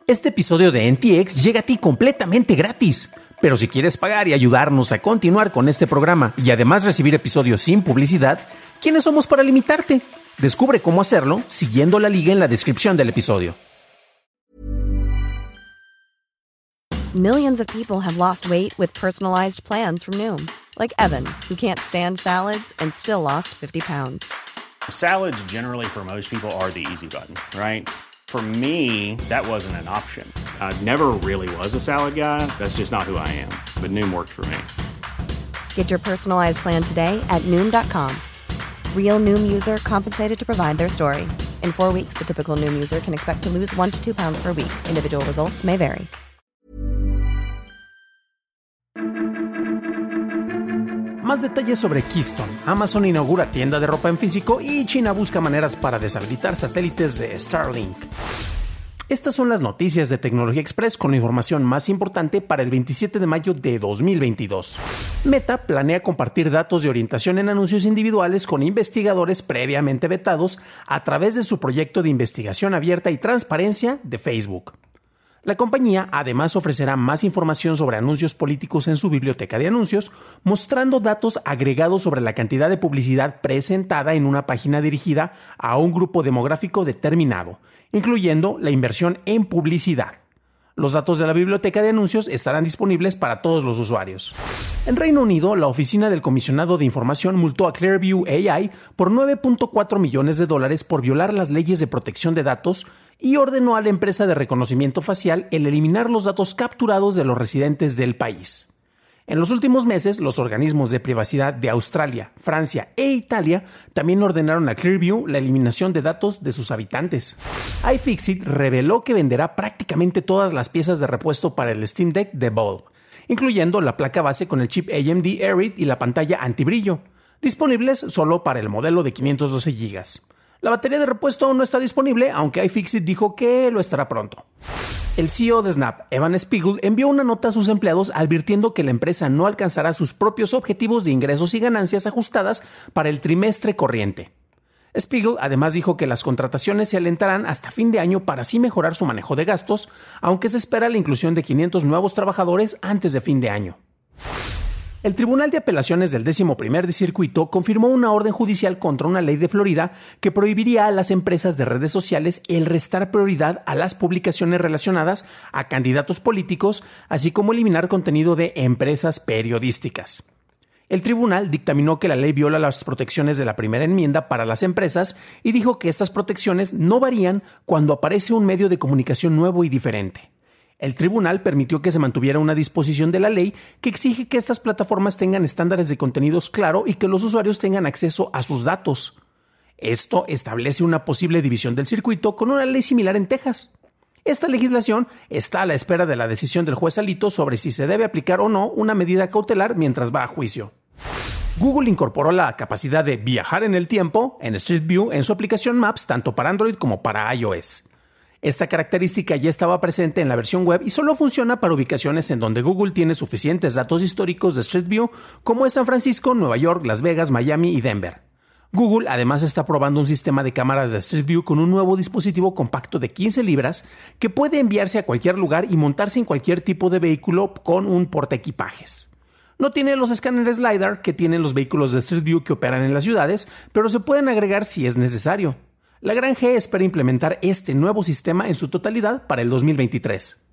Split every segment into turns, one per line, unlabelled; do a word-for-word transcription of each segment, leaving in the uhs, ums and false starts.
Este episodio de N T X llega a ti completamente gratis. Pero si quieres pagar y ayudarnos a continuar con este programa y además recibir episodios sin publicidad, ¿quiénes somos para limitarte? Descubre cómo hacerlo siguiendo la liga en la descripción del episodio.
Millions of people have lost weight with personalized plans from Noom. Like Evan, who can't stand salads and still lost fifty pounds.
Salads generally for most people are the easy button, right? For me, that wasn't an option. I never really was a salad guy. That's just not who I am. But Noom worked for me.
Get your personalized plan today at Noom dot com. Real Noom user compensated to provide their story. In four weeks, the typical Noom user can expect to lose one to two pounds per week. Individual results may vary.
Más detalles sobre Keystone. Amazon inaugura tienda de ropa en físico y China busca maneras para deshabilitar satélites de Starlink. Estas son las noticias de Tecnología Express con la información más importante para el veintisiete de mayo de dos mil veintidós. Meta planea compartir datos de orientación en anuncios individuales con investigadores previamente vetados a través de su proyecto de investigación abierta y transparencia de Facebook. La compañía además ofrecerá más información sobre anuncios políticos en su biblioteca de anuncios, mostrando datos agregados sobre la cantidad de publicidad presentada en una página dirigida a un grupo demográfico determinado, incluyendo la inversión en publicidad. Los datos de la biblioteca de anuncios estarán disponibles para todos los usuarios. En Reino Unido, la Oficina del Comisionado de Información multó a Clearview A I por nueve punto cuatro millones de dólares por violar las leyes de protección de datos y ordenó a la empresa de reconocimiento facial el eliminar los datos capturados de los residentes del país. En los últimos meses, los organismos de privacidad de Australia, Francia e Italia también ordenaron a Clearview la eliminación de datos de sus habitantes. iFixit reveló que venderá prácticamente todas las piezas de repuesto para el Steam Deck de Valve, incluyendo la placa base con el chip A M D Arid y la pantalla antibrillo, disponibles solo para el modelo de quinientos doce gigas. La batería de repuesto aún no está disponible, aunque iFixit dijo que lo estará pronto. El C E O de Snap, Evan Spiegel, envió una nota a sus empleados advirtiendo que la empresa no alcanzará sus propios objetivos de ingresos y ganancias ajustadas para el trimestre corriente. Spiegel además dijo que las contrataciones se alentarán hasta fin de año para así mejorar su manejo de gastos, aunque se espera la inclusión de quinientos nuevos trabajadores antes de fin de año. El Tribunal de Apelaciones del décimo primer Circuito confirmó una orden judicial contra una ley de Florida que prohibiría a las empresas de redes sociales el restar prioridad a las publicaciones relacionadas a candidatos políticos, así como eliminar contenido de empresas periodísticas. El tribunal dictaminó que la ley viola las protecciones de la primera enmienda para las empresas y dijo que estas protecciones no varían cuando aparece un medio de comunicación nuevo y diferente. El tribunal permitió que se mantuviera una disposición de la ley que exige que estas plataformas tengan estándares de contenidos claros y que los usuarios tengan acceso a sus datos. Esto establece una posible división del circuito con una ley similar en Texas. Esta legislación está a la espera de la decisión del juez Alito sobre si se debe aplicar o no una medida cautelar mientras va a juicio. Google incorporó la capacidad de viajar en el tiempo en Street View en su aplicación Maps tanto para Android como para iOS. Esta característica ya estaba presente en la versión web y solo funciona para ubicaciones en donde Google tiene suficientes datos históricos de Street View, como es San Francisco, Nueva York, Las Vegas, Miami y Denver. Google además está probando un sistema de cámaras de Street View con un nuevo dispositivo compacto de quince libras que puede enviarse a cualquier lugar y montarse en cualquier tipo de vehículo con un portaequipajes. No tiene los escáneres LiDAR que tienen los vehículos de Street View que operan en las ciudades, pero se pueden agregar si es necesario. La Gran G espera implementar este nuevo sistema en su totalidad para el dos mil veintitrés.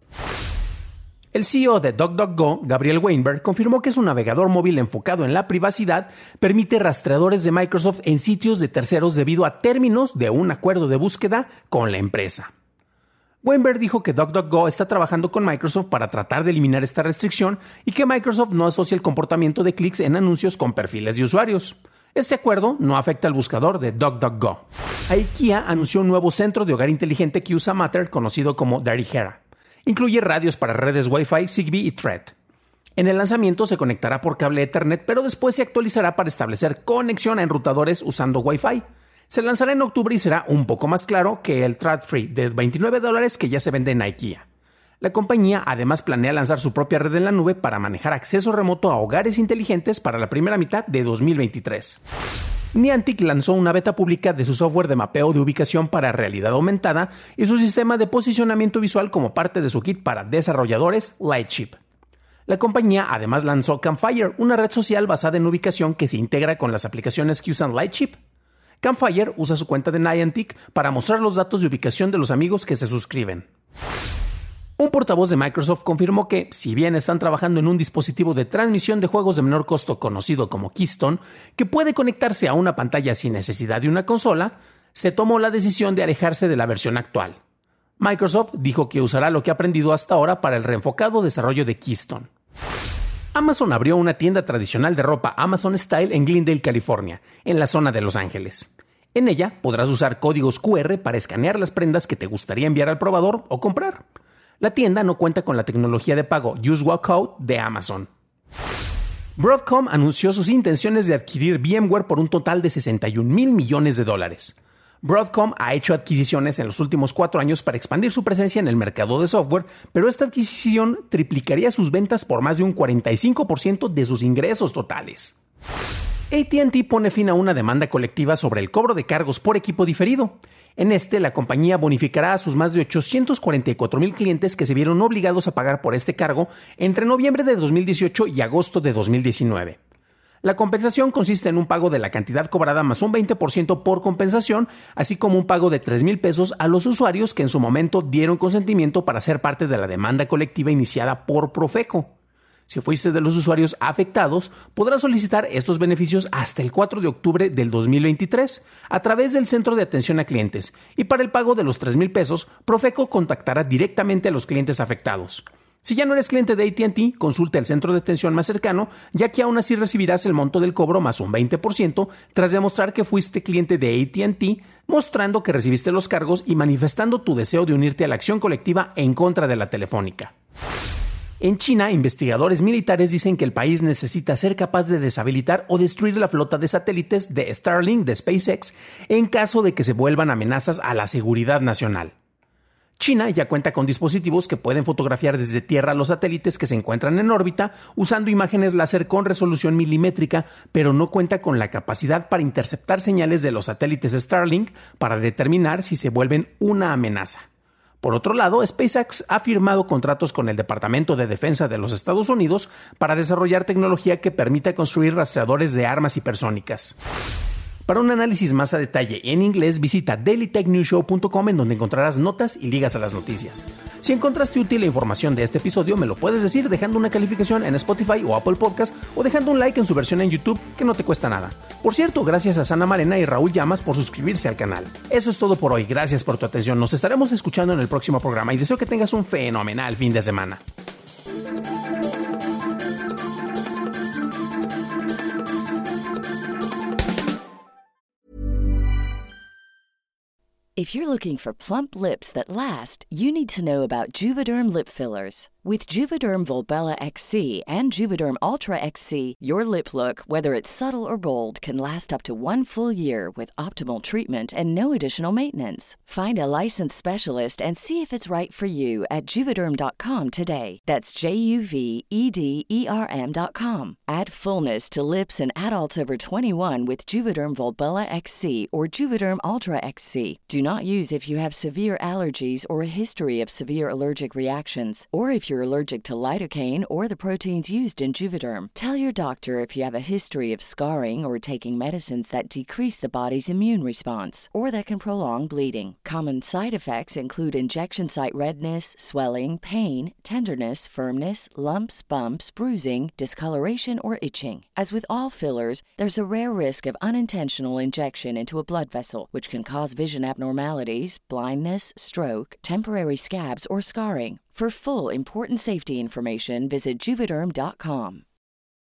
El C E O de DuckDuckGo, Gabriel Weinberg, confirmó que su navegador móvil enfocado en la privacidad permite rastreadores de Microsoft en sitios de terceros debido a términos de un acuerdo de búsqueda con la empresa. Weinberg dijo que DuckDuckGo está trabajando con Microsoft para tratar de eliminar esta restricción y que Microsoft no asocia el comportamiento de clics en anuncios con perfiles de usuarios. Este acuerdo no afecta al buscador de DuckDuckGo. IKEA anunció un nuevo centro de hogar inteligente que usa Matter, conocido como Darihera. Incluye radios para redes Wi-Fi, Zigbee y Thread. En el lanzamiento se conectará por cable Ethernet, pero después se actualizará para establecer conexión a enrutadores usando Wi-Fi. Se lanzará en octubre y será un poco más claro que el Thread Free de veintinueve dólares que ya se vende en IKEA. La compañía además planea lanzar su propia red en la nube para manejar acceso remoto a hogares inteligentes para la primera mitad de dos mil veintitrés. Niantic lanzó una beta pública de su software de mapeo de ubicación para realidad aumentada y su sistema de posicionamiento visual como parte de su kit para desarrolladores Lightship. La compañía además lanzó Campfire, una red social basada en ubicación que se integra con las aplicaciones que usan Lightship. Campfire usa su cuenta de Niantic para mostrar los datos de ubicación de los amigos que se suscriben. Un portavoz de Microsoft confirmó que, si bien están trabajando en un dispositivo de transmisión de juegos de menor costo conocido como Keystone, que puede conectarse a una pantalla sin necesidad de una consola, se tomó la decisión de alejarse de la versión actual. Microsoft dijo que usará lo que ha aprendido hasta ahora para el reenfocado desarrollo de Keystone. Amazon abrió una tienda tradicional de ropa Amazon Style en Glendale, California, en la zona de Los Ángeles. En ella podrás usar códigos cu erre para escanear las prendas que te gustaría enviar al probador o comprar. La tienda no cuenta con la tecnología de pago Use Walk Code de Amazon. Broadcom anunció sus intenciones de adquirir VMware por un total de sesenta y un mil millones de dólares. Broadcom ha hecho adquisiciones en los últimos cuatro años para expandir su presencia en el mercado de software, pero esta adquisición triplicaría sus ventas por más de un cuarenta y cinco por ciento de sus ingresos totales. A T and T pone fin a una demanda colectiva sobre el cobro de cargos por equipo diferido. En este, la compañía bonificará a sus más de ochocientos cuarenta y cuatro mil clientes que se vieron obligados a pagar por este cargo entre noviembre de dos mil dieciocho y agosto de dos mil diecinueve. La compensación consiste en un pago de la cantidad cobrada más un veinte por ciento por compensación, así como un pago de tres mil pesos a los usuarios que en su momento dieron consentimiento para ser parte de la demanda colectiva iniciada por Profeco. Si fuiste de los usuarios afectados, podrás solicitar estos beneficios hasta el cuatro de octubre del dos mil veintitrés a través del Centro de Atención a Clientes, y para el pago de los tres mil pesos, Profeco contactará directamente a los clientes afectados. Si ya no eres cliente de A T and T, consulta el centro de atención más cercano, ya que aún así recibirás el monto del cobro más un veinte por ciento tras demostrar que fuiste cliente de A T and T, mostrando que recibiste los cargos y manifestando tu deseo de unirte a la acción colectiva en contra de la Telefónica. En China, investigadores militares dicen que el país necesita ser capaz de deshabilitar o destruir la flota de satélites de Starlink de SpaceX en caso de que se vuelvan amenazas a la seguridad nacional. China ya cuenta con dispositivos que pueden fotografiar desde tierra los satélites que se encuentran en órbita usando imágenes láser con resolución milimétrica, pero no cuenta con la capacidad para interceptar señales de los satélites Starlink para determinar si se vuelven una amenaza. Por otro lado, SpaceX ha firmado contratos con el Departamento de Defensa de los Estados Unidos para desarrollar tecnología que permita construir rastreadores de armas hipersónicas. Para un análisis más a detalle en inglés, visita daily tech news show punto com, en donde encontrarás notas y ligas a las noticias. Si encontraste útil la información de este episodio, me lo puedes decir dejando una calificación en Spotify o Apple Podcast o dejando un like en su versión en YouTube, que no te cuesta nada. Por cierto, gracias a Sana Marena y Raúl Llamas por suscribirse al canal. Eso es todo por hoy, gracias por tu atención, nos estaremos escuchando en el próximo programa y deseo que tengas un fenomenal fin de semana.
If you're looking for plump lips that last, you need to know about Juvederm lip fillers. With Juvederm Volbella X C and Juvederm Ultra X C, your lip look, whether it's subtle or bold, can last up to one full year with optimal treatment and no additional maintenance. Find a licensed specialist and see if it's right for you at Juvederm dot com today. That's J U V E D E R M dot com. Add fullness to lips in adults over twenty-one with Juvederm Volbella X C or Juvederm Ultra X C. Do not use if you have severe allergies or a history of severe allergic reactions, or if you're allergic to lidocaine or the proteins used in Juvederm. Tell your doctor if you have a history of scarring or taking medicines that decrease the body's immune response or that can prolong bleeding. Common side effects include injection site redness, swelling, pain, tenderness, firmness, lumps, bumps, bruising, discoloration, or itching. As with all fillers, there's a rare risk of unintentional injection into a blood vessel, which can cause vision abnormalities, blindness, stroke, temporary scabs, or scarring. For full, important safety information, visit Juvederm dot com.